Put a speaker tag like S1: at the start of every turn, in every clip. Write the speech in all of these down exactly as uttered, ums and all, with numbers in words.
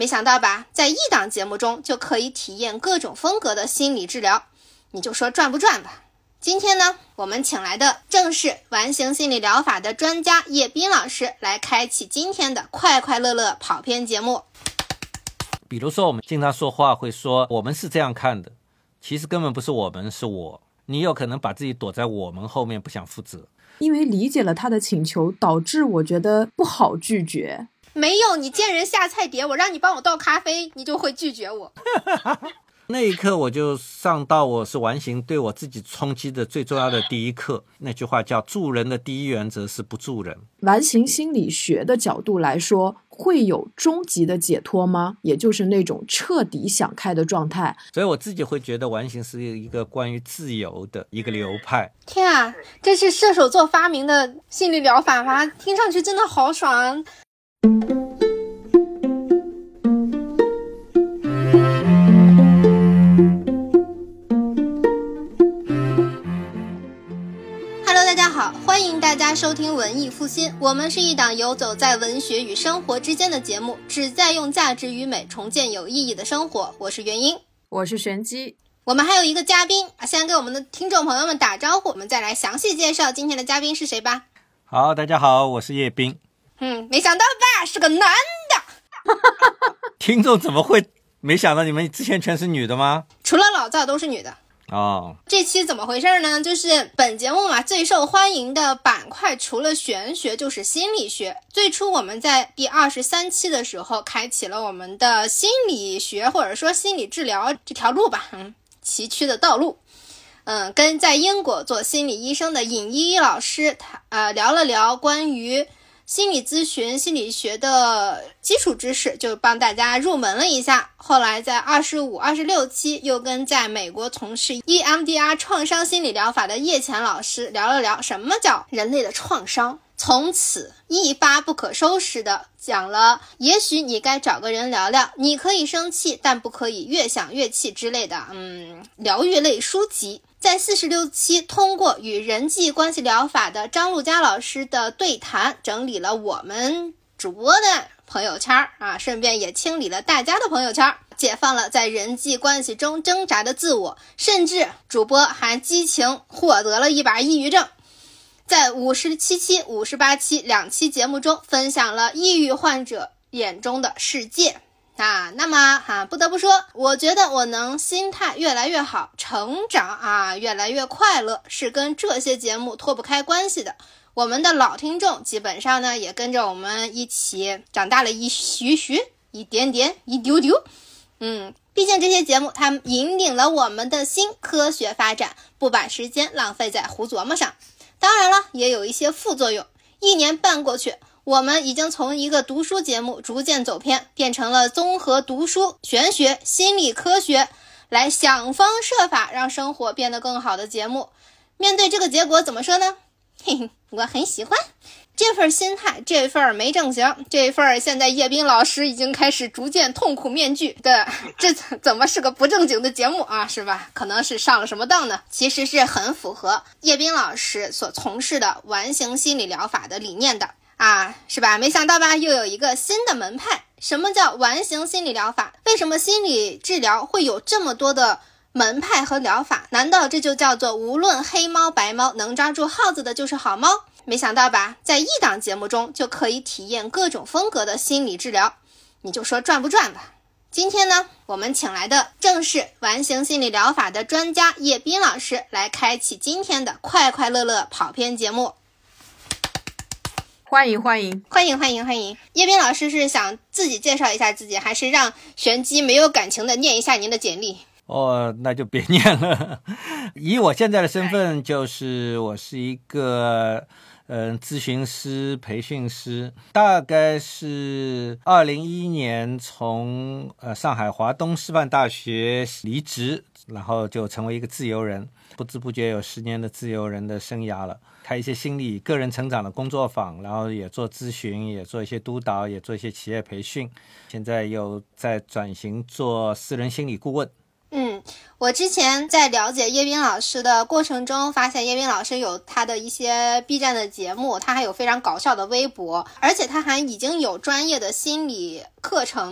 S1: 没想到吧，在一档节目中就可以体验各种风格的心理治疗，你就说赚不赚吧。今天呢，我们请来的正是完形心理疗法的专家叶斌老师，来开启今天的快快乐乐跑偏节目。
S2: 比如说我们经常说话会说我们是这样看的，其实根本不是我们，是我。你有可能把自己躲在我们后面不想负责，
S3: 因为理解了他的请求，导致我觉得不好拒绝。
S1: 没有，你见人下菜碟，我让你帮我倒咖啡，你就会拒绝我。
S2: 那一刻我就上到我是完形对我自己冲击的最重要的第一课，那句话叫助人的第一原则是不助人。
S3: 完形心理学的角度来说，会有终极的解脱吗？也就是那种彻底想开的状态。
S2: 所以我自己会觉得完形是一个关于自由的一个流派。
S1: 天啊，这是射手座发明的心理疗法吗？听上去真的好爽啊。大家好，欢迎大家收听文艺复兴，我们是一档游走在文学与生活之间的节目，旨在用价值与美重建有意义的生活。我是元英，
S3: 我是玄机，
S1: 我们还有一个嘉宾，先跟我们的听众朋友们打招呼，我们再来详细介绍今天的嘉宾是谁吧。
S2: 好，大家好，我是叶斌。
S1: 嗯，没想到吧，是个男的。
S2: 听众怎么会没想到你们之前全是女的吗？
S1: 除了老赵都是女的。
S2: 哦，
S1: 这期怎么回事呢？就是本节目嘛，最受欢迎的板块除了玄学就是心理学。最初我们在第二十三期的时候开启了我们的心理学或者说心理治疗这条路吧，嗯，崎岖的道路。嗯，跟在英国做心理医生的尹依依老师他呃聊了聊关于心理咨询心理学的基础知识，就帮大家入门了一下。后来在二十五、二十六期又跟在美国从事 E M D R 创伤心理疗法的叶乾老师聊了聊什么叫人类的创伤，从此一发不可收拾的讲了也许你该找个人聊聊，你可以生气但不可以越想越气之类的嗯疗愈类书籍。在四十六期通过与人际关系疗法的张璐佳老师的对谈，整理了我们主播的朋友圈啊，顺便也清理了大家的朋友圈，解放了在人际关系中挣扎的自我，甚至主播还激情获得了一把抑郁症。在五十七期、五十八期两期节目中分享了抑郁患者眼中的世界。啊，那么啊，不得不说，我觉得我能心态越来越好，成长啊越来越快乐，是跟这些节目脱不开关系的。我们的老听众基本上呢，也跟着我们一起长大了一许许，一点点，一丢丢。嗯，毕竟这些节目它引领了我们的新科学发展，不把时间浪费在胡琢磨上。当然了，也有一些副作用。一年半过去，我们已经从一个读书节目逐渐走偏，变成了综合读书、玄学、心理科学来想方设法让生活变得更好的节目。面对这个结果怎么说呢？嘿嘿，我很喜欢这份心态，这份没正形，这份现在叶斌老师已经开始逐渐痛苦面具的，这怎么是个不正经的节目啊，是吧？可能是上了什么当呢？其实是很符合叶斌老师所从事的完形心理疗法的理念的啊，是吧？没想到吧，又有一个新的门派。什么叫完形心理疗法？为什么心理治疗会有这么多的门派和疗法？难道这就叫做无论黑猫白猫，能抓住耗子的就是好猫？没想到吧，在一档节目中就可以体验各种风格的心理治疗，你就说赚不赚吧。今天呢，我们请来的正是完形心理疗法的专家叶斌老师，来开启今天的快快乐乐跑偏节目。
S3: 欢迎欢迎
S1: 欢迎欢迎欢迎！叶斌老师是想自己介绍一下自己，还是让玄机没有感情的念一下您的简历？
S2: 哦，那就别念了。以我现在的身份，就是我是一个嗯咨询师、培训师，大概是二零一一年从呃上海华东师范大学离职，然后就成为一个自由人，不知不觉有十年的自由人的生涯了。开一些心理个人成长的工作坊，然后也做咨询，也做一些督导，也做一些企业培训，现在又在转型做私人心理顾问。
S1: 嗯，我之前在了解叶斌老师的过程中，发现叶斌老师有他的一些 B 站的节目，他还有非常搞笑的微博，而且他还已经有专业的心理课程，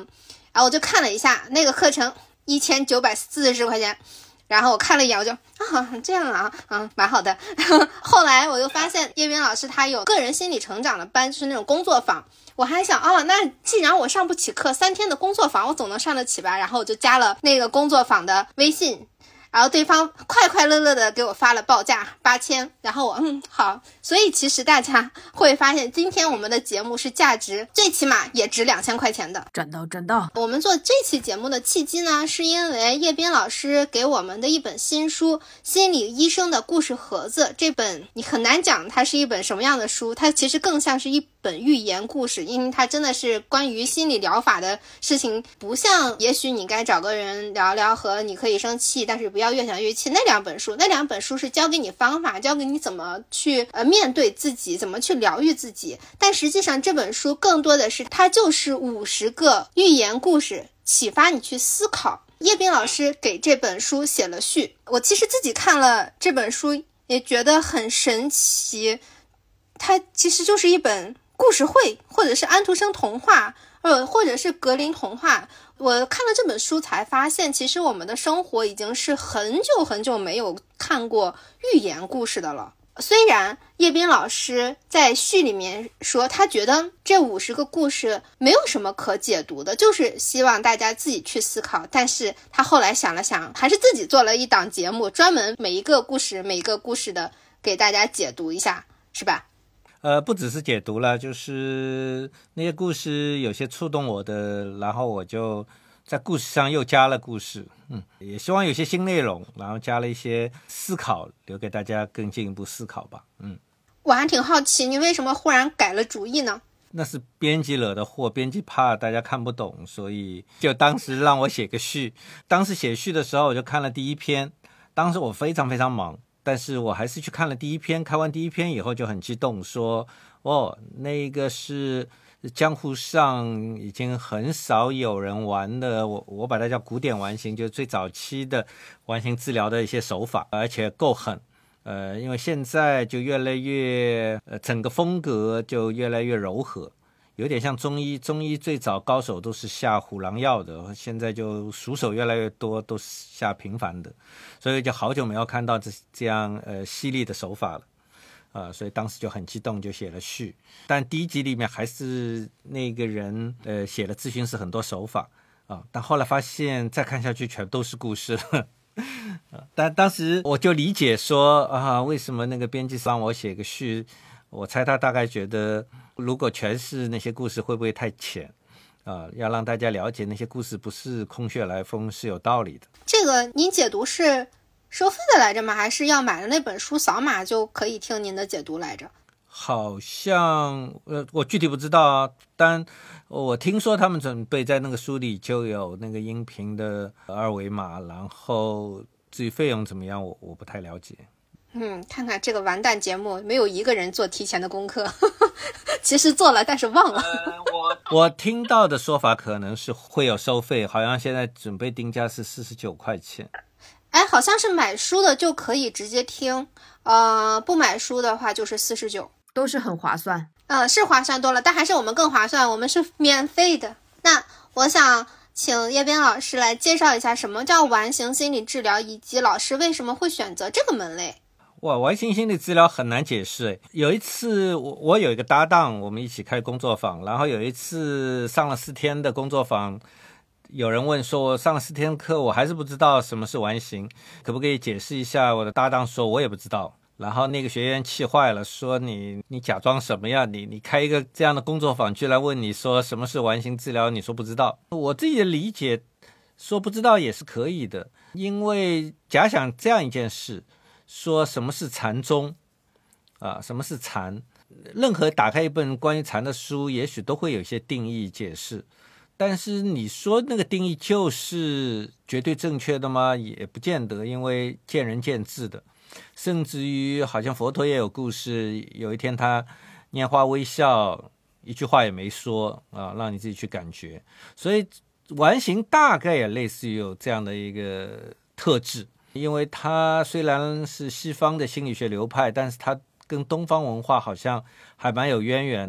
S1: 然后我就看了一下那个课程，一千九百四十块钱。然后我看了一眼，我就啊这样啊，嗯，蛮好的。后来我又发现叶斌老师他有个人心理成长的班，就是那种工作坊。我还想哦，那既然我上不起课，三天的工作坊我总能上得起吧。然后我就加了那个工作坊的微信，然后对方快快乐乐的给我发了报价八千，然后我嗯好。所以其实大家会发现，今天我们的节目是价值最起码也值两千块钱的。
S3: 赚到赚到！
S1: 我们做这期节目的契机呢，是因为叶斌老师给我们的一本新书《心理医生的故事盒子》。这本你很难讲它是一本什么样的书，它其实更像是一本寓言故事，因为它真的是关于心理疗法的事情，不像也许你该找个人聊聊和你可以生气，但是不要越想越气那两本书。那两本书是教给你方法，教给你怎么去呃面对自己，怎么去疗愈自己。但实际上这本书更多的是它就是五十个寓言故事，启发你去思考。叶斌老师给这本书写了序，我其实自己看了这本书也觉得很神奇，它其实就是一本故事会，或者是安徒生童话，呃，或者是格林童话。我看了这本书才发现，其实我们的生活已经是很久很久没有看过寓言故事的了。虽然叶斌老师在序里面说他觉得这五十个故事没有什么可解读的，就是希望大家自己去思考，但是他后来想了想，还是自己做了一档节目，专门每一个故事每一个故事的给大家解读一下，是吧？
S2: 呃，不只是解读了，就是那些故事有些触动我的，然后我就在故事上又加了故事，嗯，也希望有些新内容，然后加了一些思考，留给大家更进一步思考吧，嗯。
S1: 我还挺好奇，你为什么忽然改了主意呢？
S2: 那是编辑惹的祸，编辑怕大家看不懂，所以就当时让我写个序。当时写序的时候，我就看了第一篇，当时我非常非常忙，但是我还是去看了第一篇。看完第一篇以后就很激动，说哦，那个是江湖上已经很少有人玩的，我我把它叫古典完形，就是最早期的完形治疗的一些手法，而且够狠。呃，因为现在就越来越，呃，整个风格就越来越柔和，有点像中医。中医最早高手都是下虎狼药的，现在就熟手越来越多，都是下平凡的，所以就好久没有看到这这样呃犀利的手法了。啊、呃，所以当时就很激动，就写了序。但第一集里面还是那个人呃写了咨询师很多手法啊、呃，但后来发现再看下去全都是故事了。但当时我就理解说啊，为什么那个编辑让我写个序，我猜他大概觉得如果全是那些故事会不会太浅啊？要让大家了解那些故事不是空穴来风，是有道理的。
S1: 这个您解读是收费的来着吗？还是要买了那本书扫码就可以听您的解读来着？
S2: 好像呃，我具体不知道啊，但我听说他们准备在那个书里就有那个音频的二维码，然后至于费用怎么样，我我不太了解。
S1: 嗯，看看这个完蛋节目，没有一个人做提前的功课，其实做了，但是忘了。
S2: 呃、我我听到的说法可能是会有收费，好像现在准备定价是四十九块钱。
S1: 哎，好像是买书的就可以直接听，呃，不买书的话就是四十九。
S3: 都是很划算，
S1: 呃，是划算多了，但还是我们更划算，我们是免费的。那我想请叶斌老师来介绍一下什么叫完形心理治疗，以及老师为什么会选择这个门类。
S2: 哇，完形心理治疗很难解释。有一次我我有一个搭档，我们一起开工作坊，然后有一次上了四天的工作坊，有人问说，我上了四天课，我还是不知道什么是完形，可不可以解释一下？我的搭档说，我也不知道。然后那个学员气坏了，说你你假装什么呀？你你开一个这样的工作坊，居然问你说什么是完形治疗，你说不知道。我自己的理解，说不知道也是可以的，因为假想这样一件事，说什么是禅宗啊，什么是禅，任何打开一本关于禅的书，也许都会有一些定义解释。但是你说那个定义就是绝对正确的吗？也不见得，因为见仁见智的。甚至于好像佛陀也有故事，有一天他拈花微笑，一句话也没说啊，让你自己去感觉。所以完形大概也类似于有这样的一个特质，因为它虽然是西方的心理学流派，但是它跟东方文化好像还蛮有渊源的。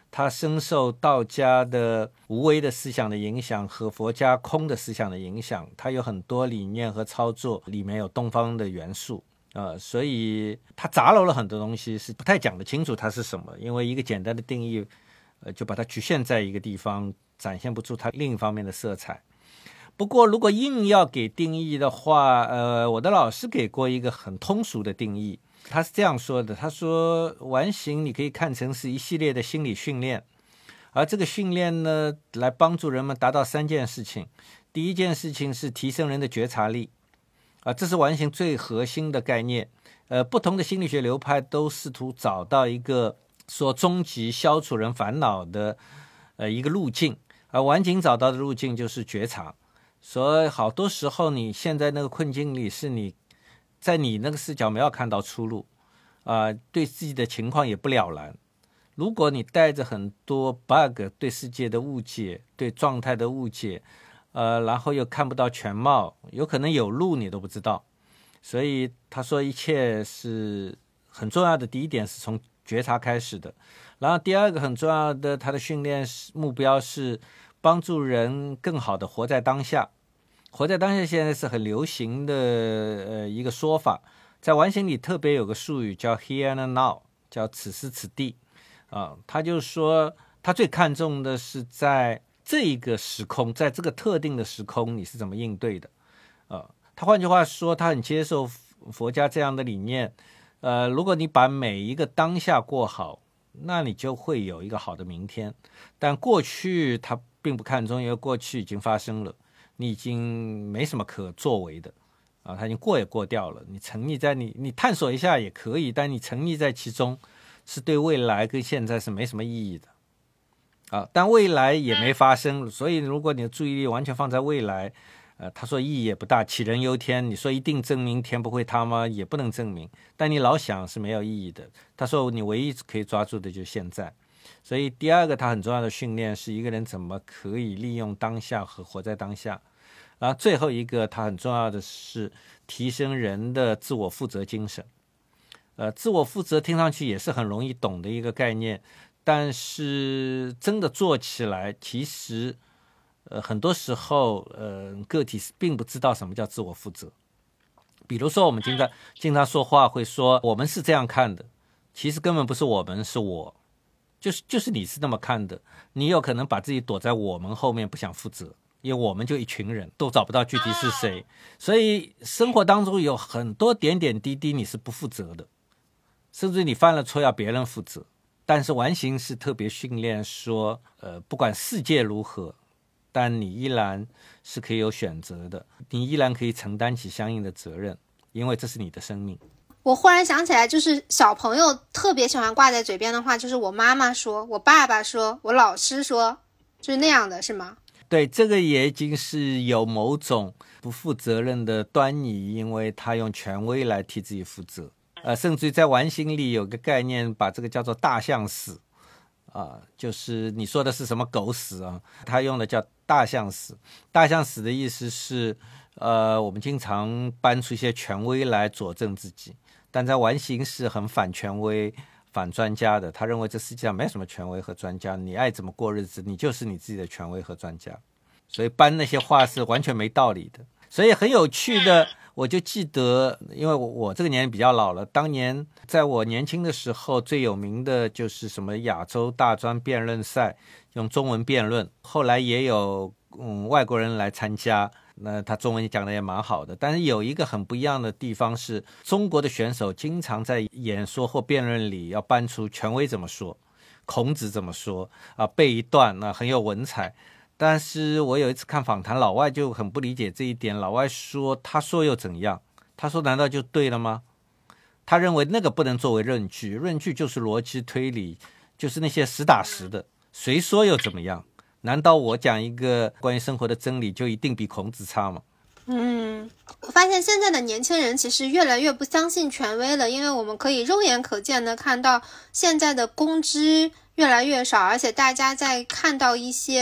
S2: 他深受道家的无为的思想的影响和佛家空的思想的影响，他有很多理念和操作里面有东方的元素。呃，所以他杂糅了很多东西，是不太讲得清楚它是什么，因为一个简单的定义，呃，就把它局限在一个地方，展现不出它另一方面的色彩。不过，如果硬要给定义的话，呃，我的老师给过一个很通俗的定义，他是这样说的：他说，完形你可以看成是一系列的心理训练，而这个训练呢，来帮助人们达到三件事情。第一件事情是提升人的觉察力。啊，这是完形最核心的概念。呃，不同的心理学流派都试图找到一个说终极消除人烦恼的呃一个路径，而完形找到的路径就是觉察。所以好多时候你现在那个困境里，是你在你那个视角没有看到出路，啊、呃，对自己的情况也不了然。如果你带着很多 bug， 对世界的误解，对状态的误解。呃，然后又看不到全貌，有可能有路你都不知道。所以他说一切是很重要的，第一点是从觉察开始的，然后第二个很重要的，他的训练目标是帮助人更好的活在当下。活在当下现在是很流行的呃一个说法，在完形里特别有个术语叫 here and now， 叫此时此地啊、呃。他就说他最看重的是在这一个时空，在这个特定的时空你是怎么应对的、呃、他换句话说，他很接受佛家这样的理念。呃，如果你把每一个当下过好，那你就会有一个好的明天。但过去他并不看重，因为过去已经发生了，你已经没什么可作为的啊，他已经过也过掉了。你沉溺在你你探索一下也可以，但你沉溺在其中是对未来跟现在是没什么意义的啊，但未来也没发生，所以如果你的注意力完全放在未来，呃，他说意义也不大，杞人忧天。你说一定证明天不会塌吗？也不能证明，但你老想是没有意义的。他说你唯一可以抓住的就是现在。所以第二个他很重要的训练是一个人怎么可以利用当下和活在当下。然后最后一个他很重要的是提升人的自我负责精神。呃，自我负责听上去也是很容易懂的一个概念，但是真的做起来，其实，呃，很多时候，呃，个体并不知道什么叫自我负责。比如说，我们经常经常说话会说我们是这样看的，其实根本不是我们，是我，就是就是你是那么看的。你有可能把自己躲在我们后面不想负责，因为我们就一群人都找不到具体是谁。所以生活当中有很多点点滴滴你是不负责的，甚至你犯了错要别人负责。但是完形是特别训练说，呃，不管世界如何，但你依然是可以有选择的，你依然可以承担起相应的责任，因为这是你的生命。
S1: 我忽然想起来，就是小朋友特别喜欢挂在嘴边的话，就是我妈妈说，我爸爸说，我老师说，就是那样的，是吗？
S2: 对，这个也已经是有某种不负责任的端倪，因为他用权威来替自己负责。呃，甚至于在完形里有个概念，把这个叫做大象死啊、呃，就是你说的是什么狗死啊？他用的叫大象死。大象死的意思是，呃，我们经常搬出一些权威来佐证自己，但在完形是很反权威、反专家的。他认为这世界上没什么权威和专家，你爱怎么过日子，你就是你自己的权威和专家。所以搬那些话是完全没道理的。所以很有趣的。我就记得，因为我我这个年龄比较老了，当年在我年轻的时候最有名的就是什么亚洲大专辩论赛，用中文辩论，后来也有嗯外国人来参加，那他中文讲的也蛮好的。但是有一个很不一样的地方是，中国的选手经常在演说或辩论里要搬出权威怎么说，孔子怎么说啊，背一段那很有文采。但是我有一次看访谈，老外就很不理解这一点。老外说，他说又怎样？他说难道就对了吗？他认为那个不能作为论据，论据就是逻辑推理，就是那些实打实的，谁说又怎么样？难道我讲一个关于生活的真理就一定比孔子差吗？
S1: 嗯，我发现现在的年轻人其实越来越不相信权威了，因为我们可以肉眼可见的看到现在的公知越来越少，而且大家在看到一些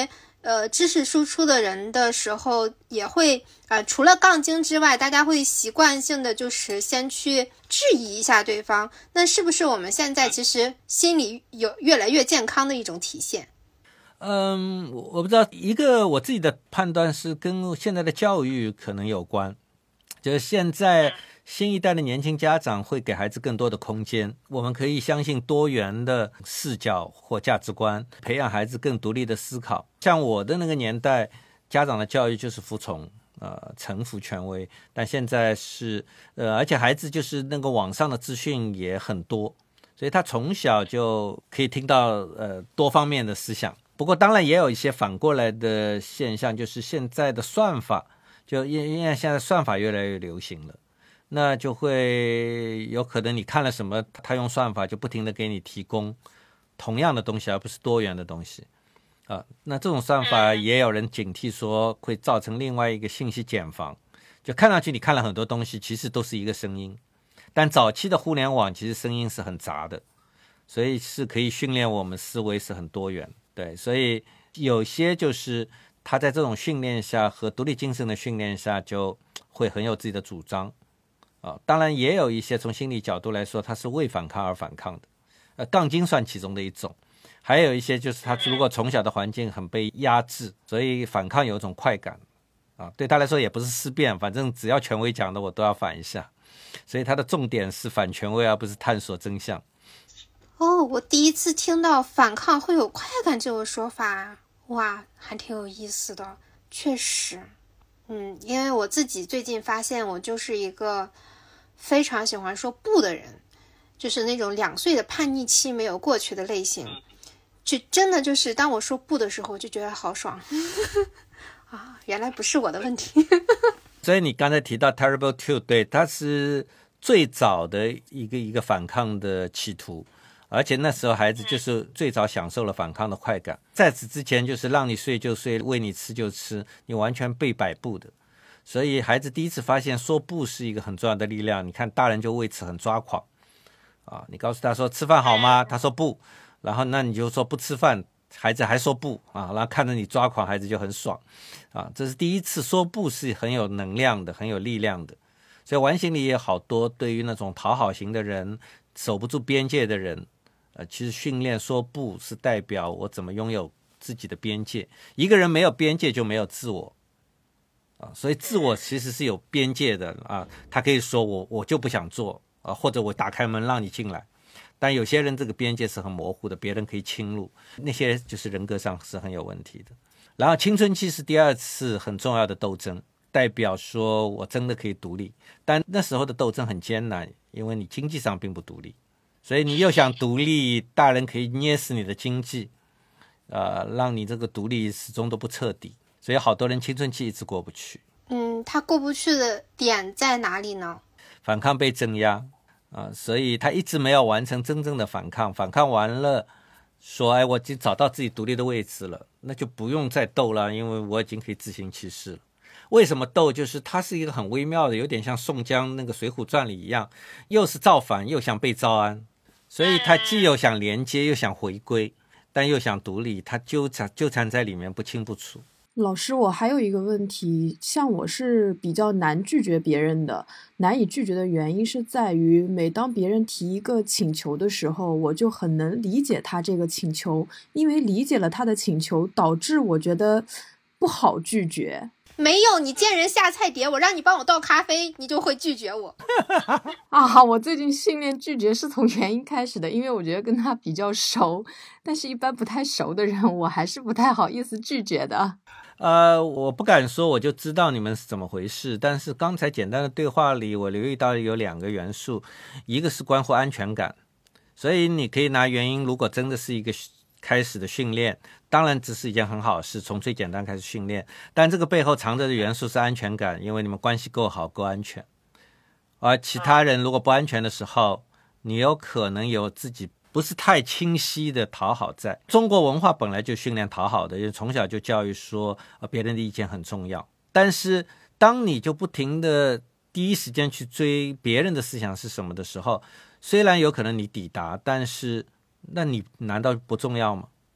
S1: 呃知识输出的人的时候，也会呃除了杠精之外，大家会习惯性的就是先去质疑一下对方。那是不是我们现在其实心理有越来越健康的一种体现？
S2: 嗯，我不知道，一个我自己的判断是跟现在的教育可能有关，就是现在新一代的年轻家长会给孩子更多的空间，我们可以相信多元的视角或价值观，培养孩子更独立的思考。像我的那个年代，家长的教育就是服从，呃，臣服权威，但现在是，呃，而且孩子就是那个网上的资讯也很多，所以他从小就可以听到呃多方面的思想。不过当然也有一些反过来的现象，就是现在的算法，就因因为现在算法越来越流行了，那就会有可能你看了什么，他用算法就不停的给你提供同样的东西，而不是多元的东西啊。那这种算法也有人警惕说会造成另外一个信息茧房，就看上去你看了很多东西，其实都是一个声音，但早期的互联网其实声音是很杂的，所以是可以训练我们思维是很多元。对，所以有些就是他在这种训练下和独立精神的训练下就会很有自己的主张啊。当然也有一些从心理角度来说他是为反抗而反抗的，呃，杠精算其中的一种。还有一些就是他如果从小的环境很被压制，所以反抗有一种快感啊，对他来说也不是思辨，反正只要权威讲的我都要反一下，所以他的重点是反权威而不是探索真相。
S1: 哦，我第一次听到反抗会有快感这个说法，哇，还挺有意思的。确实，嗯，因为我自己最近发现我就是一个非常喜欢说不的人，就是那种两岁的叛逆期没有过去的类型，就真的就是当我说不的时候就觉得好爽啊，原来不是我的问题
S2: 所以你刚才提到 Terrible Two， 对，它是最早的一个一个反抗的企图，而且那时候孩子就是最早享受了反抗的快感，在此之前就是让你睡就睡，喂你吃就吃，你完全被摆布的。所以孩子第一次发现说不是一个很重要的力量，你看大人就为此很抓狂啊！你告诉他说吃饭好吗？他说不，然后那你就说不吃饭，孩子还说不啊，然后看着你抓狂，孩子就很爽啊！这是第一次说不是很有能量的，很有力量的。所以完形里也好多对于那种讨好型的人，守不住边界的人，呃，其实训练说不是代表我怎么拥有自己的边界。一个人没有边界就没有自我啊，所以自我其实是有边界的啊。他可以说我我就不想做啊，或者我打开门让你进来。但有些人这个边界是很模糊的，别人可以侵入，那些就是人格上是很有问题的。然后青春期是第二次很重要的斗争，代表说我真的可以独立，但那时候的斗争很艰难，因为你经济上并不独立。所以你又想独立，大人可以捏死你的经济，呃，让你这个独立始终都不彻底，所以好多人青春期一直过不去。
S1: 嗯，他过不去的点在哪里呢？
S2: 反抗被镇压啊、呃，所以他一直没有完成真正的反抗。反抗完了，说哎，我已经找到自己独立的位置了，那就不用再斗了，因为我已经可以自行其事了。为什么斗？就是它是一个很微妙的，有点像宋江那个《水浒传》里一样，又是造反，又想被招安。所以他既有想连接又想回归，但又想独立，他纠缠纠缠在里面不清不楚。
S3: 老师，我还有一个问题，像我是比较难拒绝别人的，难以拒绝的原因是在于每当别人提一个请求的时候，我就很能理解他这个请求，因为理解了他的请求，导致我觉得不好拒绝。
S1: 没有，你见人下菜碟，我让你帮我倒咖啡，你就会拒绝我
S3: 啊，我最近训练拒绝是从原因开始的，因为我觉得跟他比较熟，但是一般不太熟的人，我还是不太好意思拒绝的。
S2: 呃，我不敢说我就知道你们是怎么回事，但是刚才简单的对话里，我留意到有两个元素，一个是关乎安全感，所以你可以拿原因，如果真的是一个开始的训练，当然这是一件很好的事，从最简单开始训练，但这个背后藏着的元素是安全感，因为你们关系够好够安全。而其他人如果不安全的时候，你有可能有自己不是太清晰的讨好在。中国文化本来就训练讨好的，也从小就教育说、呃、别人的意见很重要，但是当你就不停的第一时间去追别人的思想是什么的时候，虽然有可能你抵达，但是那你难道不重要吗？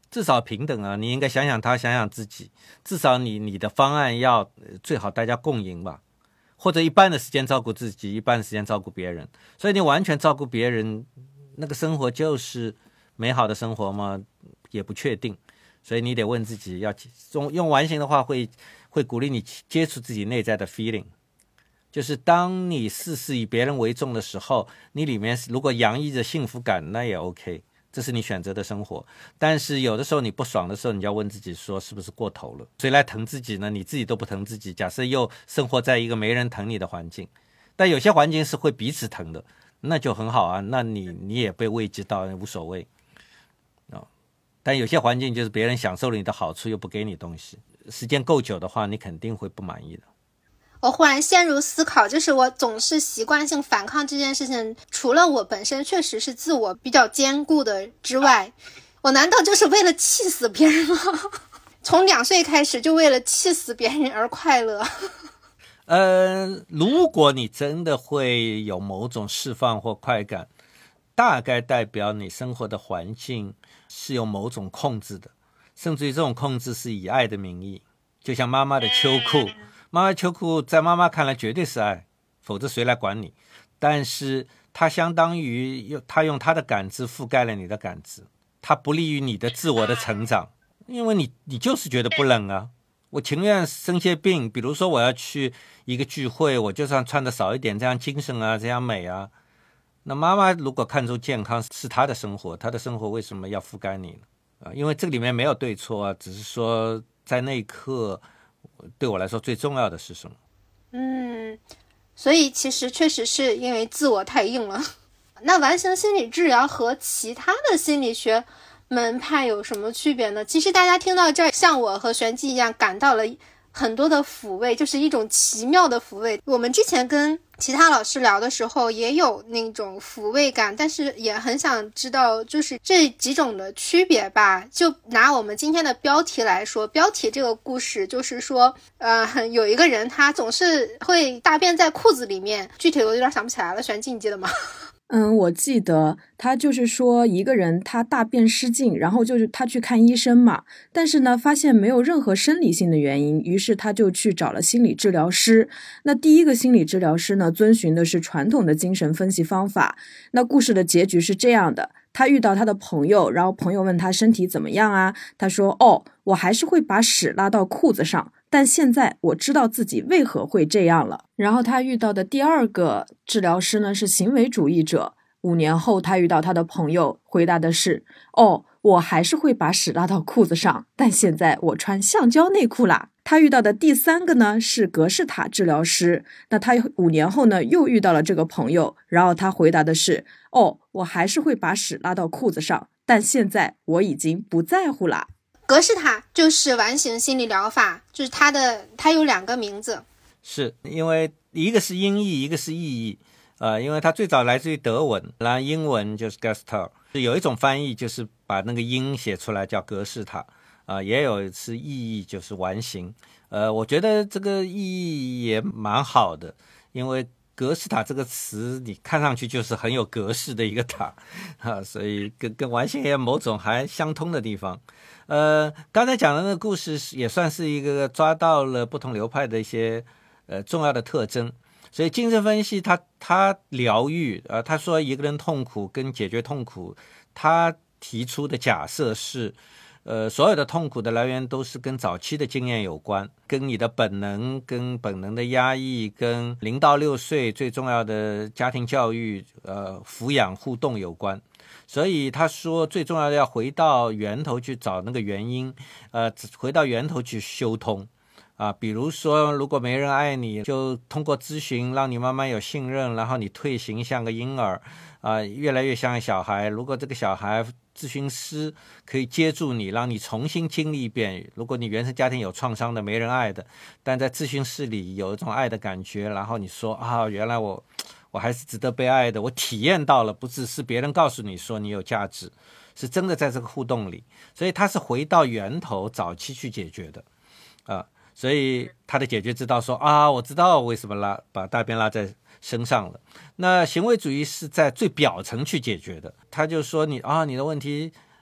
S2: 至少平等啊，你应该想想他，想想自己，至少你你的方案要最好大家共赢吧，或者一半的时间照顾自己，一半的时间照顾别人。所以你完全照顾别人，那个生活就是美好的生活吗？也不确定。所以你得问自己，要用用完形的话会会鼓励你接触自己内在的 feeling， 就是当你事事以别人为重的时候，你里面如果洋溢着幸福感，那也 OK， 这是你选择的生活。但是有的时候你不爽的时候，你就要问自己说是不是过头了？谁来疼自己呢？你自己都不疼自己，假设又生活在一个没人疼你的环境，但有些环境是会彼此疼的，那就很好啊，那你你也被慰藉到，无所谓。但有些环境就是别人享受了你的好处又不给你东西，时间够久的话你肯定会不满意的。
S1: 我忽然陷入思考，就是我总是习惯性反抗这件事情，除了我本身确实是自我比较坚固的之外，我难道就是为了气死别人吗？从两岁开始就为了气死别人而快乐？
S2: 呃，如果你真的会有某种释放或快感，大概代表你生活的环境是有某种控制的，甚至于这种控制是以爱的名义。就像妈妈的秋裤，妈妈秋裤在妈妈看来绝对是爱，否则谁来管你？但是它相当于它用它的感知覆盖了你的感知，它不利于你的自我的成长，因为你你就是觉得不冷啊。我情愿生些病，比如说我要去一个聚会，我就算穿的少一点，这样精神啊，这样美啊。那妈妈如果看重健康是她的生活，她的生活为什么要覆盖你呢？啊，因为这里面没有对错啊，只是说在那一刻对我来说最重要的是什么。
S1: 嗯，所以其实确实是因为自我太硬了。那完形心理治疗和其他的心理学门派有什么区别呢？其实大家听到这儿，像我和玄机一样感到了很多的抚慰，就是一种奇妙的抚慰。我们之前跟其他老师聊的时候也有那种抚慰感，但是也很想知道就是这几种的区别吧。就拿我们今天的标题来说，标题这个故事就是说呃，有一个人他总是会大便在裤子里面，具体我有点想不起来了，玄机你记得吗？
S3: 嗯，我记得他就是说一个人他大便失禁，然后就是他去看医生嘛，但是呢发现没有任何生理性的原因，于是他就去找了心理治疗师。那第一个心理治疗师呢遵循的是传统的精神分析方法。那故事的结局是这样的，他遇到他的朋友，然后朋友问他身体怎么样啊，他说哦，我还是会把屎拉到裤子上，但现在我知道自己为何会这样了。然后他遇到的第二个治疗师呢是行为主义者，五年后他遇到他的朋友，回答的是哦，我还是会把屎拉到裤子上，但现在我穿橡胶内裤啦。他遇到的第三个呢是格式塔治疗师，那他五年后呢又遇到了这个朋友，然后他回答的是哦，我还是会把屎拉到裤子上，但现在我已经不在乎啦。
S1: 格式塔就是完形心理疗法，就是它的它有两个名字，
S2: 是因为一个是音译，一个是意译。呃，因为它最早来自于德文，然后英文就是 Gestalt， 有一种翻译就是把那个音写出来叫格式塔，啊、呃，也有是意译就是完形。呃，我觉得这个意义也蛮好的，因为格式塔这个词你看上去就是很有格式的一个塔啊，所以跟跟完形也有某种还相通的地方。呃，刚才讲的那个故事也算是一个抓到了不同流派的一些呃重要的特征。所以精神分析它它疗愈呃，他说一个人痛苦跟解决痛苦，他提出的假设是呃，所有的痛苦的来源都是跟早期的经验有关，跟你的本能跟本能的压抑，跟零到六岁最重要的家庭教育呃抚养互动有关。所以他说最重要的要回到源头去找那个原因，呃，回到源头去修通啊，比如说如果没人爱你，就通过咨询让你慢慢有信任，然后你退行像个婴儿啊，越来越像个小孩。如果这个小孩咨询师可以接住你，让你重新经历一遍，如果你原生家庭有创伤的没人爱的，但在咨询室里有一种爱的感觉，然后你说啊，原来我我还是值得被爱的，我体验到了，不只是别人告诉你说你有价值，是真的在这个互动里。所以它是回到源头早期去解决的啊。所以他的解决之道说啊，我知道为什么拉把大便拉在身上了。那行为主义是在最表层去解决的，他就说你啊，你的问题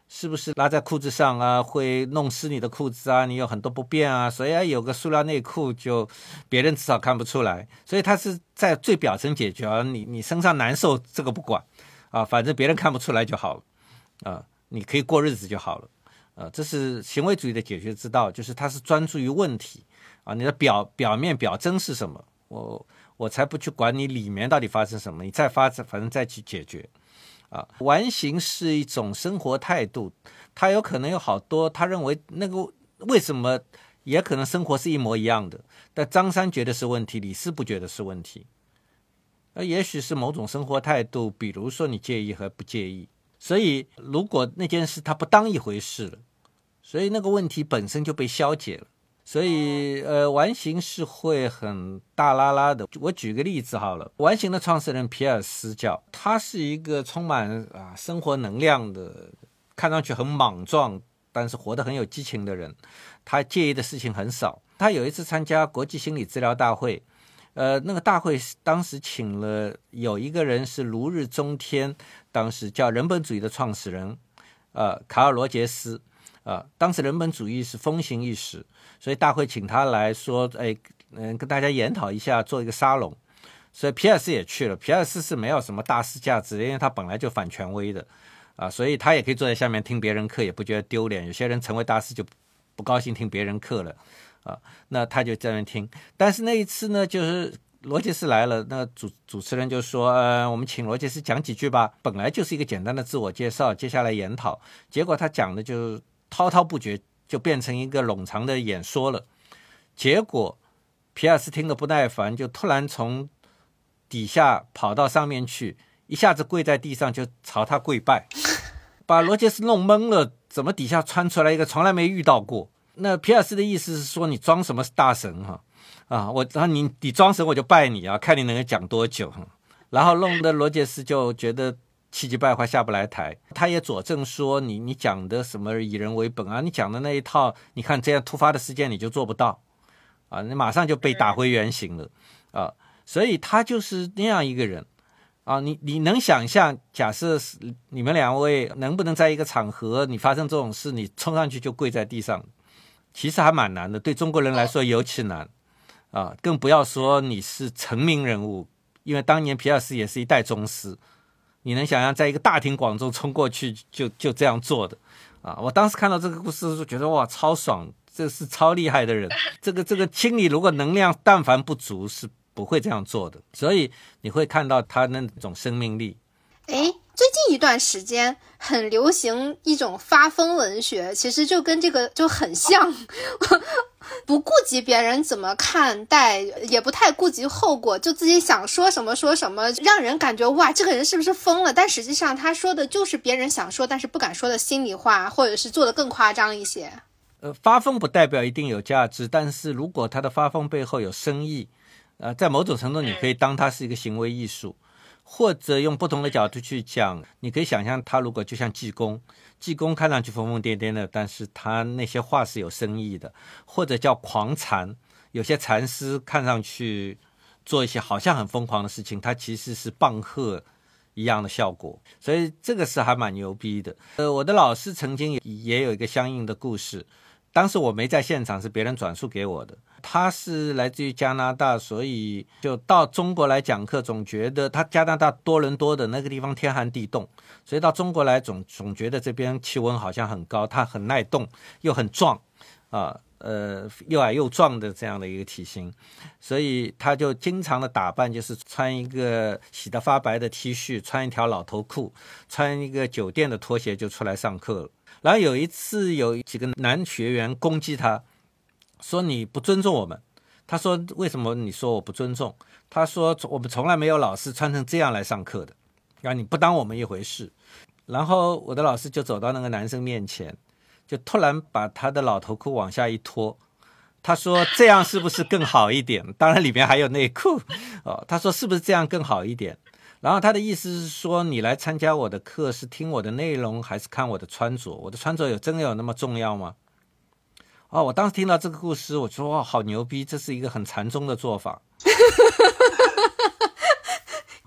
S2: 是不是拉在裤子上啊，会弄湿你的裤子啊，你有很多不便啊，所以有个塑料内裤就别人至少看不出来，所以它是在最表层解决，你你身上难受这个不管啊，反正别人看不出来就好了啊，你可以过日子就好了啊，这是行为主义的解决之道，就是它是专注于问题啊，你的表表面表征是什么，我我才不去管你里面到底发生什么，你再发反正再去解决啊。完形是一种生活态度，他有可能有好多他认为那个为什么也可能生活是一模一样的，但张三觉得是问题，李四不觉得是问题，也许是某种生活态度，比如说你介意和不介意，所以如果那件事他不当一回事了，所以那个问题本身就被消解了，所以呃，完形是会很大拉拉的。我举个例子好了，完形的创始人皮尔斯教，他是一个充满啊生活能量的，看上去很莽撞，但是活得很有激情的人，他介意的事情很少。他有一次参加国际心理治疗大会，呃，那个大会当时请了有一个人是如日中天，当时叫人本主义的创始人，呃，卡尔罗杰斯。啊，当时人本主义是风行一时，所以大会请他来说，哎，嗯，跟大家研讨一下，做一个沙龙。所以皮尔斯也去了。皮尔斯是没有什么大师价值，因为他本来就反权威的，啊，所以他也可以坐在下面听别人课，也不觉得丢脸。有些人成为大师就不高兴听别人课了，啊，那他就在那听。但是那一次呢，就是罗杰斯来了，那主主持人就说，呃，我们请罗杰斯讲几句吧。本来就是一个简单的自我介绍，接下来研讨。结果他讲的就滔滔不绝，就变成一个冗长的演说了。结果皮尔斯听得不耐烦，就突然从底下跑到上面去，一下子跪在地上，就朝他跪拜，把罗杰斯弄懵了，怎么底下窜出来一个从来没遇到过。那皮尔斯的意思是说，你装什么大神哈啊，我然后你你装神我就拜你啊，看你能够讲多久。然后弄得罗杰斯就觉得气急败坏，下不来台。他也佐证说，你你讲的什么以人为本啊，你讲的那一套，你看这样突发的事件你就做不到啊，你马上就被打回原形了啊。所以他就是那样一个人啊。你你能想象，假设你们两位能不能在一个场合，你发生这种事，你冲上去就跪在地上，其实还蛮难的，对中国人来说尤其难啊，更不要说你是成名人物，因为当年皮尔斯也是一代宗师。你能想象在一个大庭广众冲过去就就这样做的啊？我当时看到这个故事就觉得哇，超爽，这是超厉害的人。这个这个心里如果能量但凡不足是不会这样做的，所以你会看到他那种生命力。
S1: 诶，最近一段时间很流行一种发疯文学，其实就跟这个就很像。不顾及别人怎么看待，也不太顾及后果，就自己想说什么说什么，让人感觉哇，这个人是不是疯了？但实际上他说的就是别人想说但是不敢说的心里话，或者是做的更夸张一些。
S2: 呃，发疯不代表一定有价值，但是如果他的发疯背后有深意，呃，在某种程度你可以当它是一个行为艺术，或者用不同的角度去讲，你可以想象他如果就像济公，济公看上去疯疯癫癫的，但是他那些话是有深意的，或者叫狂禅，有些禅师看上去做一些好像很疯狂的事情，他其实是棒喝一样的效果，所以这个是还蛮牛逼的。呃，我的老师曾经也有一个相应的故事，当时我没在现场，是别人转述给我的。他是来自于加拿大，所以就到中国来讲课，总觉得他加拿大多伦多的那个地方天寒地冻，所以到中国来总总觉得这边气温好像很高，他很耐冻又很壮啊，呃，又矮又壮的这样的一个体型，所以他就经常的打扮就是穿一个洗得发白的 T 恤，穿一条老头裤，穿一个酒店的拖鞋就出来上课了。然后有一次有几个男学员攻击他，说你不尊重我们。他说为什么你说我不尊重？他说我们从来没有老师穿成这样来上课的，然后你不当我们一回事。然后我的老师就走到那个男生面前，就突然把他的老头裤往下一拖，他说这样是不是更好一点？当然里面还有内裤、哦、他说是不是这样更好一点？然后他的意思是说，你来参加我的课是听我的内容还是看我的穿着？我的穿着有真的有那么重要吗？哦，我当时听到这个故事，我说哇，好牛逼，这是一个很禅宗的做法。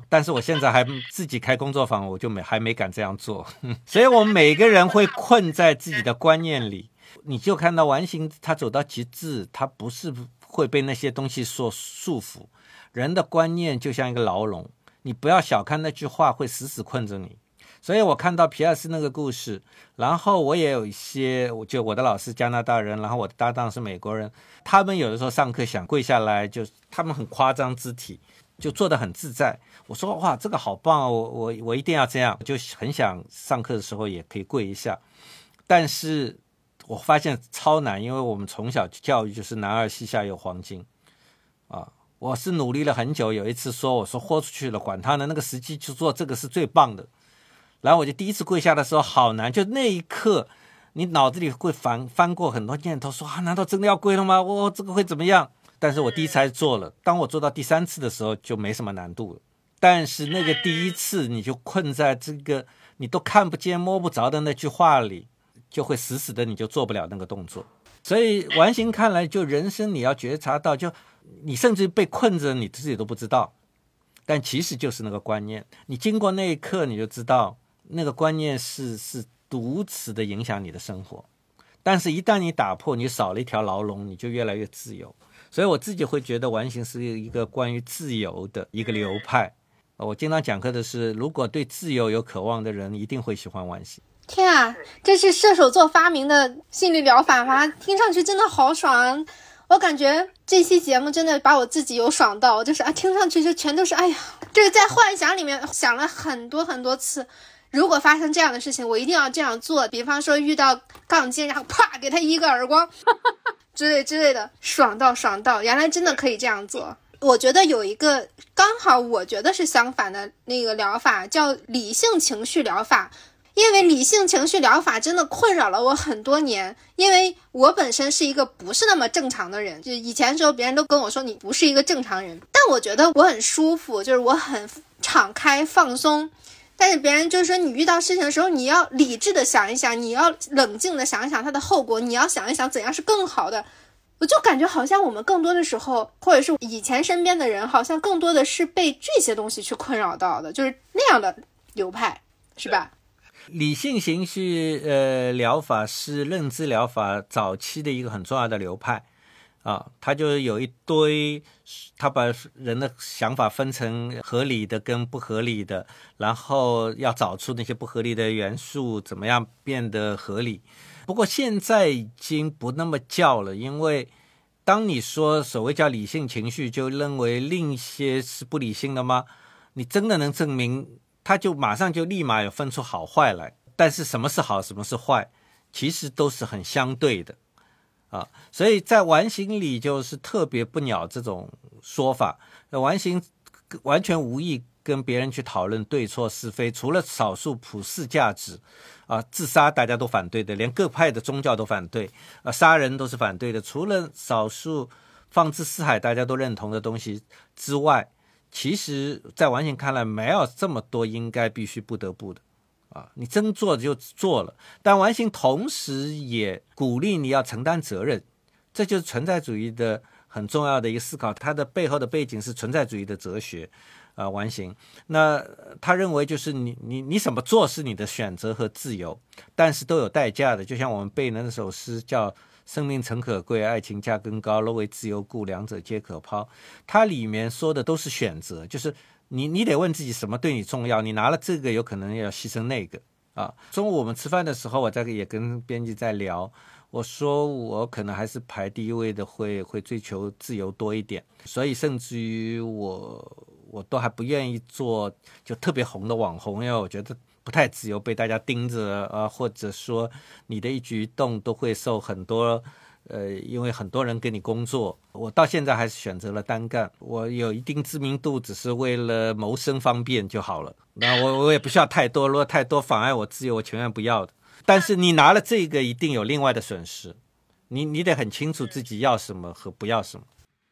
S2: 但是我现在还自己开工作坊，我就没还没敢这样做。所以我们每个人会困在自己的观念里，你就看到完形他走到极致，他不是会被那些东西所束缚。人的观念就像一个牢笼，你不要小看那句话会死死困着你。所以我看到皮尔斯那个故事，然后我也有一些，就我的老师加拿大人，然后我的搭档是美国人，他们有的时候上课想跪下来，就他们很夸张肢体，就做得很自在。我说哇，这个好棒哦，我我我一定要这样，就很想上课的时候也可以跪一下。但是我发现超难，因为我们从小教育就是男儿膝下有黄金啊。我是努力了很久，有一次说我说豁出去了，管他呢，那个时机去做这个是最棒的。然后我就第一次跪下的时候好难，就那一刻你脑子里会翻翻过很多念头，说啊，难道真的要跪了吗？我这个会怎么样？但是我第一次还是做了，当我做到第三次的时候就没什么难度了。但是那个第一次你就困在这个你都看不见摸不着的那句话里，就会死死的你就做不了那个动作。所以完形看来，就人生你要觉察到，就你甚至被困着你自己都不知道，但其实就是那个观念，你经过那一刻你就知道那个观念是是如此的影响你的生活。但是一旦你打破，你少了一条牢笼，你就越来越自由。所以我自己会觉得完形是一个关于自由的一个流派。我经常讲课的是，如果对自由有渴望的人一定会喜欢完形。
S1: 天啊，这是射手座发明的心理疗法吗？听上去真的好爽。我感觉这期节目真的把我自己有爽到，就是啊，听上去就全都是哎呀，这个在幻想里面想了很多很多次，如果发生这样的事情我一定要这样做，比方说遇到杠精然后啪给他一个耳光之类之类的，爽到爽到，原来真的可以这样做。我觉得有一个刚好我觉得是相反的那个疗法叫理性情绪疗法，因为理性情绪疗法真的困扰了我很多年，因为我本身是一个不是那么正常的人，就以前的时候别人都跟我说你不是一个正常人，但我觉得我很舒服，就是我很敞开放松，但是别人就说你遇到事情的时候你要理智的想一想，你要冷静的想一想它的后果，你要想一想怎样是更好的。我就感觉好像我们更多的时候，或者是以前身边的人，好像更多的是被这些东西去困扰到的，就是那样的流派，是吧？
S2: 理性情绪呃疗法是认知疗法早期的一个很重要的流派啊，它就有一堆，它把人的想法分成合理的跟不合理的，然后要找出那些不合理的元素，怎么样变得合理。不过现在已经不那么叫了，因为当你说所谓叫理性情绪，就认为另一些是不理性的吗？你真的能证明它就马上就立马有分出好坏来？但是什么是好，什么是坏，其实都是很相对的啊。所以在完形里就是特别不鸟这种说法，完形完全无意跟别人去讨论对错是非，除了少数普世价值啊，自杀大家都反对的，连各派的宗教都反对啊，杀人都是反对的，除了少数放之四海大家都认同的东西之外，其实在完形看来没有这么多应该必须不得不的啊，你真做就做了。但完形同时也鼓励你要承担责任，这就是存在主义的很重要的一个思考，它的背后的背景是存在主义的哲学啊、呃，完形。那他认为就是你你你怎么做是你的选择和自由，但是都有代价的。就像我们背的那首诗叫生命诚可贵，爱情价更高，若为自由故，两者皆可抛。它里面说的都是选择，就是你你得问自己什么对你重要，你拿了这个有可能要牺牲那个啊。中午我们吃饭的时候，我在也跟编辑在聊，我说我可能还是排第一位的，会会追求自由多一点，所以甚至于我我都还不愿意做就特别红的网红，因为我觉得不太自由，被大家盯着啊，或者说你的一举一动都会受很多呃，因为很多人跟你工作。我到现在还是选择了单干，我有一定知名度只是为了谋生方便就好了，那我我也不需要太多，如果太多妨碍我自由，我全然不要的。但是你拿了这个一定有另外的损失，你你得很清楚自己要什么和不要什么。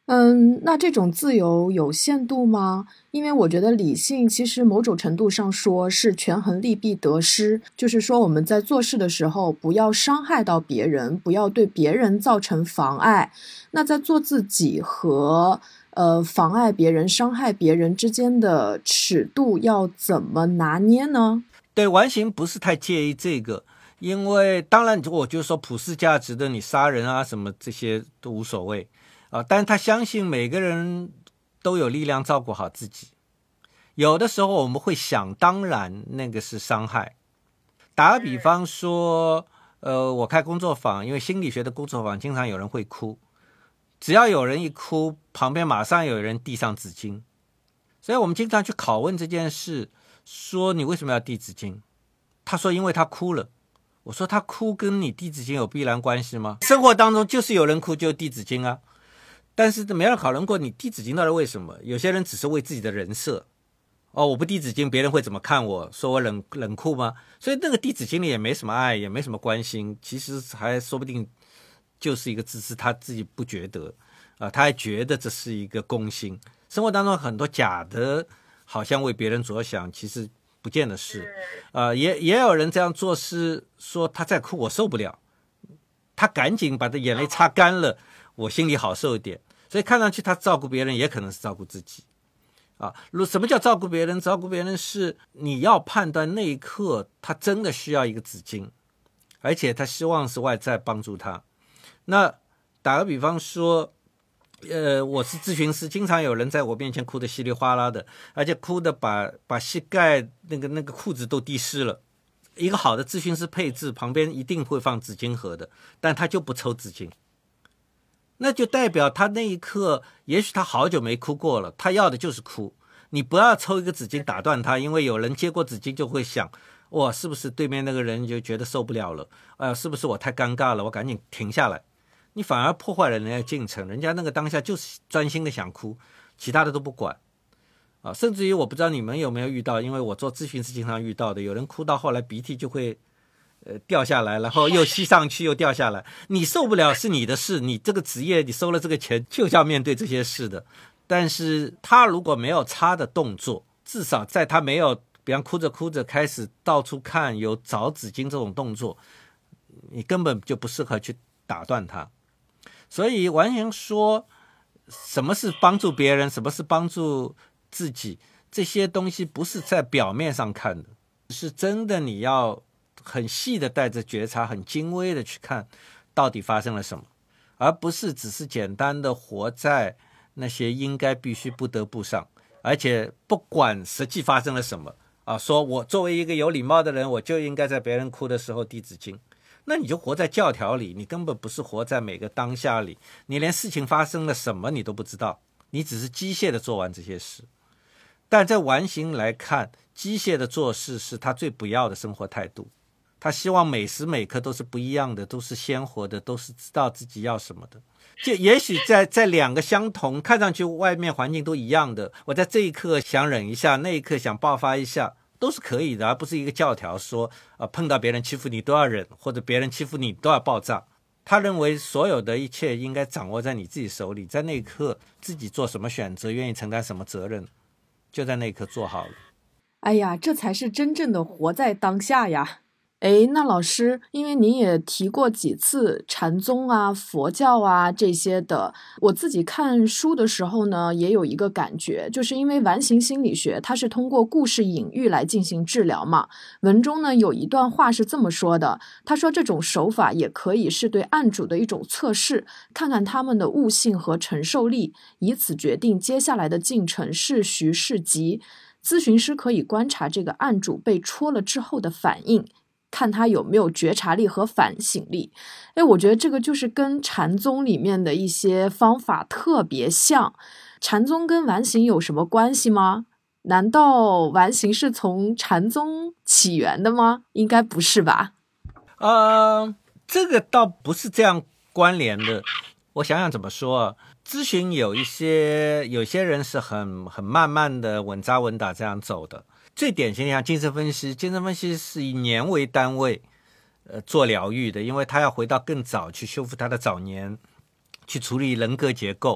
S3: 嗯，那这种自由有限度吗？因为我觉得理性其实某种程度上说是权衡利弊得失，就是说我们在做事的时候不要伤害到别人，不要对别人造成妨碍。那在做自己和呃妨碍别人、伤害别人之间的尺度要怎么拿捏呢？
S2: 对，完形不是太介意这个，因为当然我就说普世价值的，你杀人啊什么这些都无所谓啊，但是他相信每个人都有力量照顾好自己。有的时候我们会想当然那个是伤害。打个比方说呃，我开工作坊，因为心理学的工作坊经常有人会哭，只要有人一哭，旁边马上有人递上纸巾，所以我们经常去拷问这件事，说你为什么要递纸巾？他说因为他哭了。我说他哭跟你递纸巾有必然关系吗？生活当中就是有人哭就递纸巾啊，但是没人讨论过你递纸巾到底为什么。有些人只是为自己的人设，哦，我不递纸巾别人会怎么看我，说我冷冷酷吗？所以那个递纸巾里也没什么爱，也没什么关心，其实还说不定就是一个自私，他自己不觉得啊、呃，他还觉得这是一个公心。生活当中很多假的好像为别人着想，其实不见得是，呃，也也有人这样做事，说他再哭我受不了，他赶紧把他眼泪擦干了，我心里好受一点。所以看上去他照顾别人，也可能是照顾自己啊。什么叫照顾别人？照顾别人是你要判断那一刻他真的需要一个纸巾，而且他希望是外在帮助他。那打个比方说呃，我是咨询师，经常有人在我面前哭得稀里哗啦的，而且哭得把把膝盖那个那个裤子都滴湿了。一个好的咨询师配置旁边一定会放纸巾盒的，但他就不抽纸巾，那就代表他那一刻也许他好久没哭过了，他要的就是哭。你不要抽一个纸巾打断他，因为有人接过纸巾就会想，哇，是不是对面那个人就觉得受不了了，哎呀，是不是我太尴尬了，我赶紧停下来。你反而破坏了人家进程，人家那个当下就是专心的想哭，其他的都不管啊。甚至于我不知道你们有没有遇到，因为我做咨询是经常遇到的，有人哭到后来鼻涕就会呃掉下来，然后又吸上去又掉下来。你受不了是你的事，你这个职业你收了这个钱就是要面对这些事的。但是他如果没有擦的动作，至少在他没有比方哭着哭着开始到处看有找纸巾这种动作，你根本就不适合去打断他。所以完全说什么是帮助别人，什么是帮助自己，这些东西不是在表面上看的，是真的你要很细的带着觉察，很精微的去看到底发生了什么，而不是只是简单的活在那些应该必须不得不上，而且不管实际发生了什么啊，说我作为一个有礼貌的人，我就应该在别人哭的时候递纸巾，那你就活在教条里，你根本不是活在每个当下里，你连事情发生了什么你都不知道，你只是机械的做完这些事。但在完形来看，机械的做事是他最不要的生活态度，他希望每时每刻都是不一样的，都是鲜活的，都是知道自己要什么的。就也许在在两个相同看上去外面环境都一样的，我在这一刻想忍一下，那一刻想爆发一下都是可以的，而不是一个教条说、呃、碰到别人欺负你都要忍，或者别人欺负你都要爆炸。他认为所有的一切应该掌握在你自己手里，在那一刻自己做什么选择，愿意承担什么责任，就在那一刻做好了。
S3: 哎呀，这才是真正的活在当下呀。诶，那老师，因为你也提过几次禅宗啊、佛教啊这些的，我自己看书的时候呢，也有一个感觉，就是因为完形心理学它是通过故事隐喻来进行治疗嘛。文中呢有一段话是这么说的，他说这种手法也可以是对案主的一种测试，看看他们的悟性和承受力，以此决定接下来的进程是徐是急。咨询师可以观察这个案主被戳了之后的反应，看他有没有觉察力和反省力。诶，我觉得这个就是跟禅宗里面的一些方法特别像。禅宗跟完形有什么关系吗？难道完形是从禅宗起源的吗？应该不是吧？
S2: 呃，这个倒不是这样关联的。我想想怎么说啊？咨询有一些有些人是很很慢慢的稳扎稳打这样走的。最典型的像精神分析，精神分析是以年为单位呃做疗愈的，因为他要回到更早去修复他的早年，去处理人格结构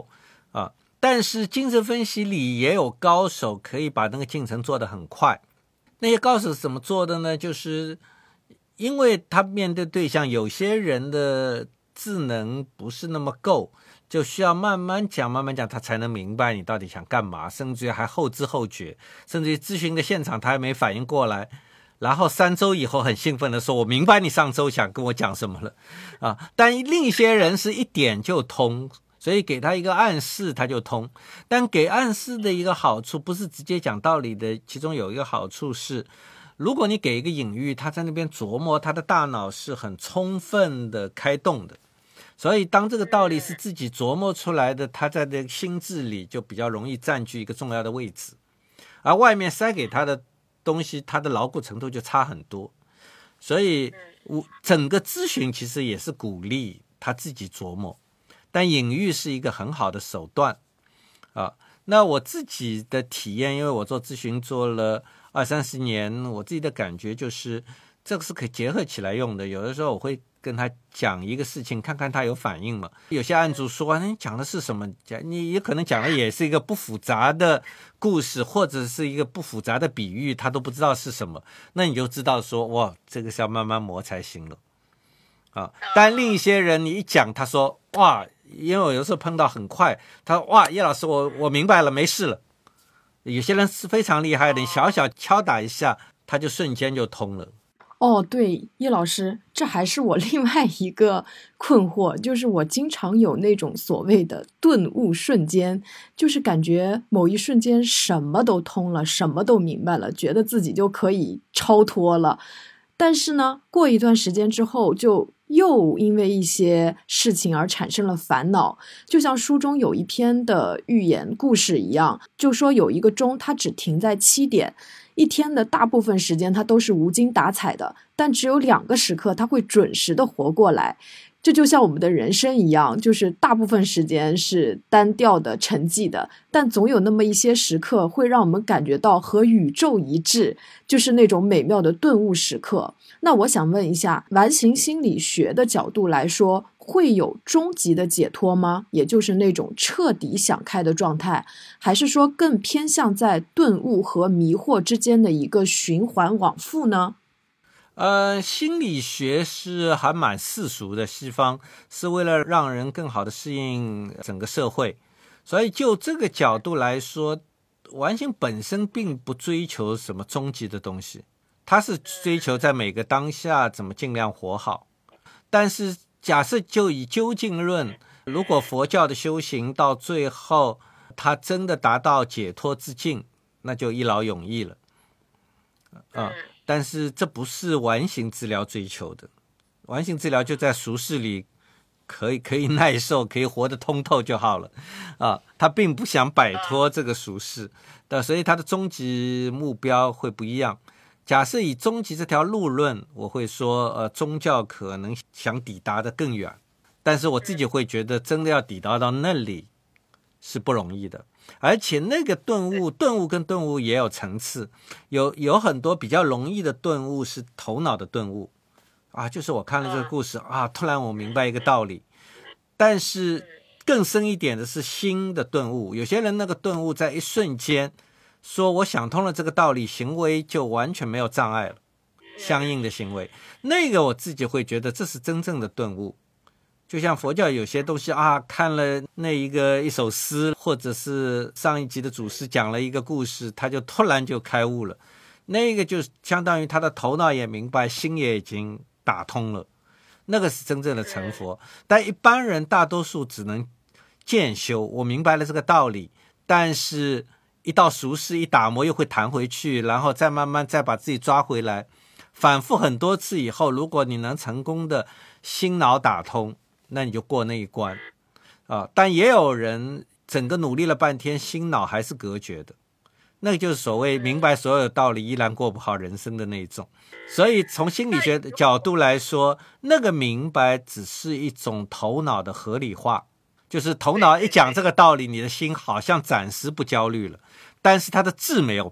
S2: 啊。但是精神分析里也有高手可以把那个进程做得很快。那些高手怎么做的呢？就是因为他面对对象，有些人的智能不是那么够，就需要慢慢讲慢慢讲，他才能明白你到底想干嘛，甚至于还后知后觉，甚至于咨询的现场他还没反应过来，然后三周以后很兴奋的说，我明白你上周想跟我讲什么了啊！但另一些人是一点就通，所以给他一个暗示他就通。但给暗示的一个好处不是直接讲道理的，其中有一个好处是，如果你给一个隐喻，他在那边琢磨，他的大脑是很充分的开动的，所以当这个道理是自己琢磨出来的，他在这个心智里就比较容易占据一个重要的位置，而外面塞给他的东西，他的牢固程度就差很多。所以我整个咨询其实也是鼓励他自己琢磨，但隐喻是一个很好的手段啊。那我自己的体验，因为我做咨询做了二三十年，我自己的感觉就是这个是可以结合起来用的。有的时候我会跟他讲一个事情，看看他有反应吗？有些案主说你讲的是什么，你也可能讲的也是一个不复杂的故事，或者是一个不复杂的比喻，他都不知道是什么，那你就知道说哇，这个是要慢慢磨才行了啊。但另一些人你一讲，他说哇，因为我有时候碰到很快，他说哇，叶老师我我明白了，没事了。有些人是非常厉害的，你小小敲打一下，他就瞬间就通了。
S3: 哦，对，叶老师，这还是我另外一个困惑，就是我经常有那种所谓的顿悟瞬间，就是感觉某一瞬间什么都通了，什么都明白了，觉得自己就可以超脱了。但是呢，过一段时间之后，就又因为一些事情而产生了烦恼。就像书中有一篇的寓言故事一样，就说有一个钟，它只停在七点，一天的大部分时间它都是无精打采的，但只有两个时刻它会准时的活过来。这就像我们的人生一样，就是大部分时间是单调的沉寂的，但总有那么一些时刻会让我们感觉到和宇宙一致，就是那种美妙的顿悟时刻。那我想问一下，完形心理学的角度来说，会有终极的解脱吗？也就是那种彻底想开的状态，还是说更偏向在顿悟和迷惑之间的一个循环往复呢？
S2: 呃，心理学是还蛮世俗的，西方是为了让人更好的适应整个社会，所以就这个角度来说，完形本身并不追求什么终极的东西，它是追求在每个当下怎么尽量活好。但是假设就以究竟论，如果佛教的修行到最后它真的达到解脱之境，那就一劳永逸了啊。但是这不是完形治疗追求的，完形治疗就在俗世里可以可以耐受，可以活得通透就好了啊。他并不想摆脱这个俗世的，所以他的终极目标会不一样。假设以终极这条路论，我会说呃，宗教可能想抵达的更远，但是我自己会觉得真的要抵达到那里是不容易的。而且那个顿悟，顿悟跟顿悟也有层次，有有很多比较容易的顿悟是头脑的顿悟啊，就是我看了这个故事啊，突然我明白一个道理。但是更深一点的是心的顿悟，有些人那个顿悟在一瞬间说我想通了这个道理，行为就完全没有障碍了，相应的行为，那个我自己会觉得这是真正的顿悟。就像佛教有些东西啊，看了那一个一首诗，或者是上一集的祖师讲了一个故事，他就突然就开悟了，那个就相当于他的头脑也明白，心也已经打通了，那个是真正的成佛。但一般人大多数只能渐修，我明白了这个道理，但是一到俗世一打磨又会弹回去，然后再慢慢再把自己抓回来，反复很多次以后，如果你能成功的心脑打通，那你就过那一关啊。但也有人整个努力了半天，心脑还是隔绝的，那个就是所谓明白所有道理依然过不好人生的那一种。所以从心理学的角度来说，那个明白只是一种头脑的合理化，就是头脑一讲这个道理，你的心好像暂时不焦虑了，但是它的质没有变。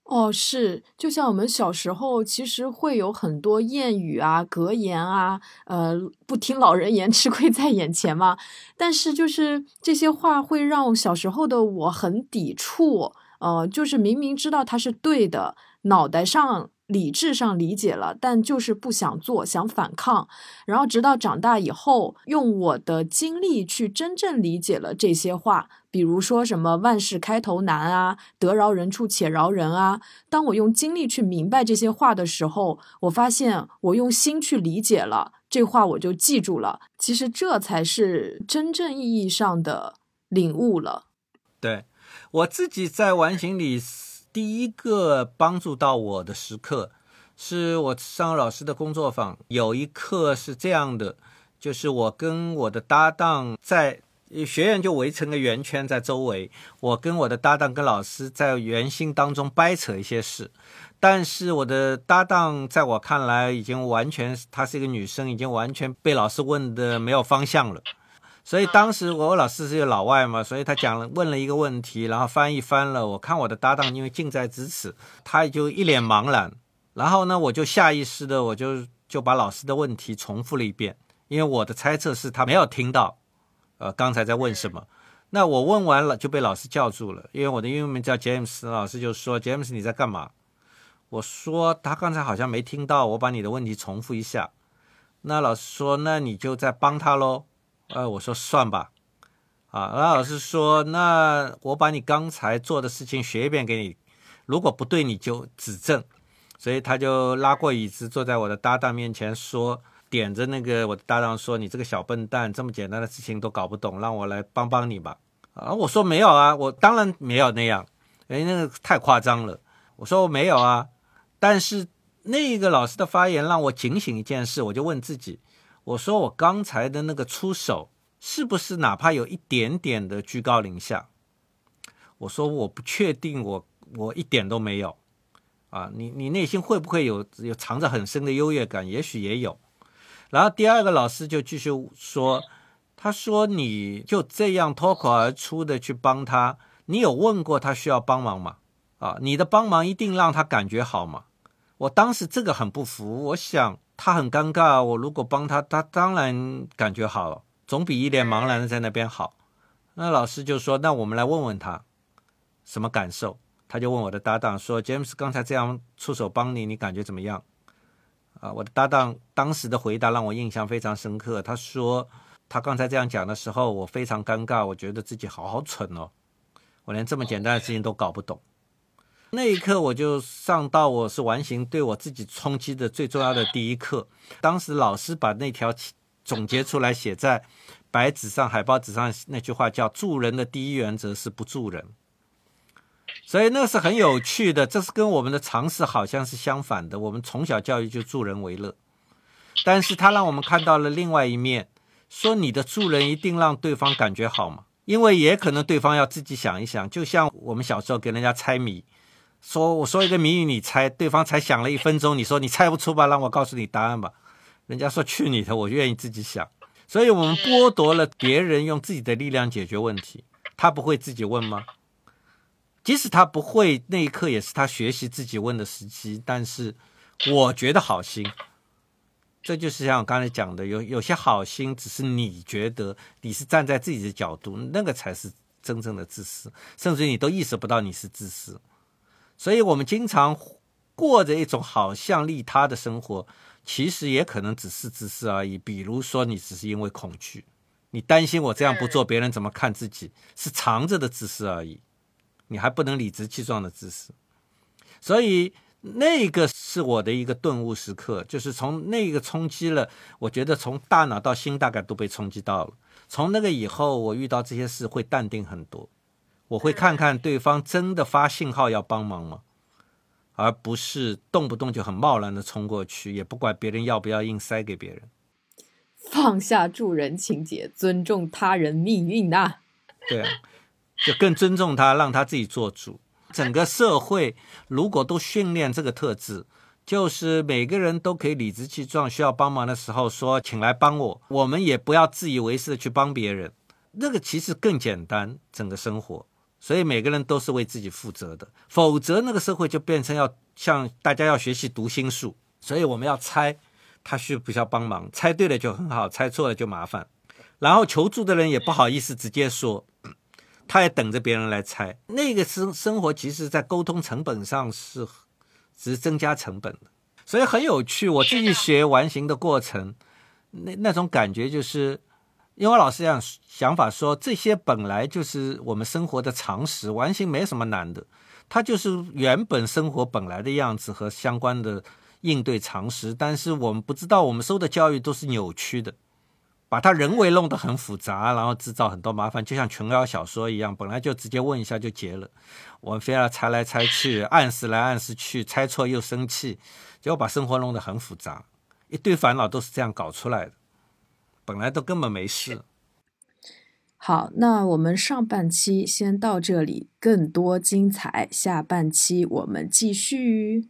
S3: 哦，是，就像我们小时候，其实会有很多谚语啊、格言啊，呃，不听老人言，吃亏在眼前嘛。但是就是这些话会让小时候的我很抵触，呃，就是明明知道它是对的，脑袋上理智上理解了，但就是不想做，想反抗。然后直到长大以后，用我的经历去真正理解了这些话。比如说什么万事开头难啊，得饶人处且饶人啊。当我用经历去明白这些话的时候，我发现我用心去理解了，这话我就记住了。其实这才是真正意义上的领悟了。
S2: 对，我自己在完形里第一个帮助到我的时刻，是我上老师的工作坊，有一课是这样的，就是我跟我的搭档在学员就围成个圆圈在周围，我跟我的搭档跟老师在圆心当中掰扯一些事，但是我的搭档在我看来已经完全，她是一个女生，已经完全被老师问的没有方向了。所以当时我老师是个老外嘛，所以他讲了问了一个问题，然后翻译翻了，我看我的搭档因为近在咫尺，他就一脸茫然，然后呢我就下意识的我就就把老师的问题重复了一遍，因为我的猜测是他没有听到呃，刚才在问什么。那我问完了就被老师叫住了，因为我的英文名叫 James， 老师就说 James 你在干嘛？我说他刚才好像没听到，我把你的问题重复一下。那老师说那你就再帮他咯。呃，我说算吧。啊，那老师说那我把你刚才做的事情学一遍给你，如果不对你就指正。所以他就拉过椅子坐在我的搭档面前说，点着那个我的搭档说，你这个小笨蛋，这么简单的事情都搞不懂，让我来帮帮你吧。啊，我说没有啊，我当然没有那样，哎，那个太夸张了。我说我没有啊，但是那个老师的发言让我警醒一件事，我就问自己，我说我刚才的那个出手是不是哪怕有一点点的居高临下？我说我不确定，我我一点都没有啊，你你内心会不会有有藏着很深的优越感？也许也有。然后第二个老师就继续说，他说你就这样脱口而出的去帮他，你有问过他需要帮忙吗？啊，你的帮忙一定让他感觉好吗？我当时这个很不服，我想他很尴尬，我如果帮他，他当然感觉好了，总比一脸茫然的在那边好。那老师就说，那我们来问问他什么感受。他就问我的搭档说 James 刚才这样出手帮你，你感觉怎么样？啊，我的搭档当时的回答让我印象非常深刻，他说他刚才这样讲的时候我非常尴尬，我觉得自己好好蠢哦，我连这么简单的事情都搞不懂。那一刻我就上到我是完形对我自己冲击的最重要的第一课。当时老师把那条总结出来写在白纸上，海报纸上，那句话叫助人的第一原则是不助人。所以那是很有趣的，这是跟我们的常识好像是相反的，我们从小教育就助人为乐，但是他让我们看到了另外一面，说你的助人一定让对方感觉好吗？因为也可能对方要自己想一想，就像我们小时候给人家猜谜，说我说一个谜语你猜，对方才想了一分钟，你说你猜不出吧，让我告诉你答案吧，人家说去你的，我愿意自己想。所以我们剥夺了别人用自己的力量解决问题，他不会自己问吗？即使他不会，那一刻也是他学习自己问的时期，但是我觉得好心，这就是像我刚才讲的，有有些好心只是你觉得你是站在自己的角度，那个才是真正的自私，甚至你都意识不到你是自私。所以我们经常过着一种好像利他的生活，其实也可能只是自私而已。比如说你只是因为恐惧，你担心我这样不做别人怎么看自己，是藏着的自私而已，你还不能理直气壮的自私。所以那个是我的一个顿悟时刻，就是从那个冲击了，我觉得从大脑到心大概都被冲击到了。从那个以后，我遇到这些事会淡定很多，我会看看对方真的发信号要帮忙吗，而不是动不动就很贸然的冲过去，也不管别人要不要硬塞给别人。
S3: 放下助人情节，尊重他人命运啊。
S2: 对啊，就更尊重他，让他自己做主。整个社会如果都训练这个特质，就是每个人都可以理直气壮，需要帮忙的时候说请来帮我，我们也不要自以为是的去帮别人，那个其实更简单，整个生活所以每个人都是为自己负责的，否则那个社会就变成要像大家要学习读心术，所以我们要猜他需不需要帮忙，猜对了就很好，猜错了就麻烦。然后求助的人也不好意思直接说，他也等着别人来猜。那个生生活其实在沟通成本上是只是增加成本的，所以很有趣。我自己学完形的过程，那那种感觉就是，因为我老师这样想法说，这些本来就是我们生活的常识，完形没什么难的，它就是原本生活本来的样子和相关的应对常识，但是我们不知道，我们受的教育都是扭曲的，把它人为弄得很复杂，然后制造很多麻烦，就像琼瑶小说一样，本来就直接问一下就结了，我们非要猜来猜去，暗示来暗示去，猜错又生气，结果把生活弄得很复杂，一堆烦恼都是这样搞出来的，本来都根本没事。
S3: 好，那我们上半期先到这里，更多精彩，下半期我们继续。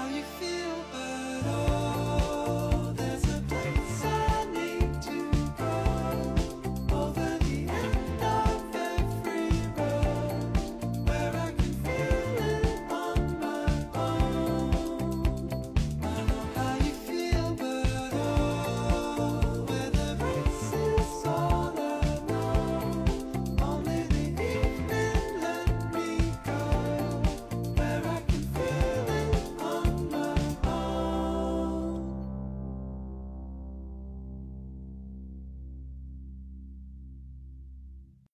S4: how you feel, but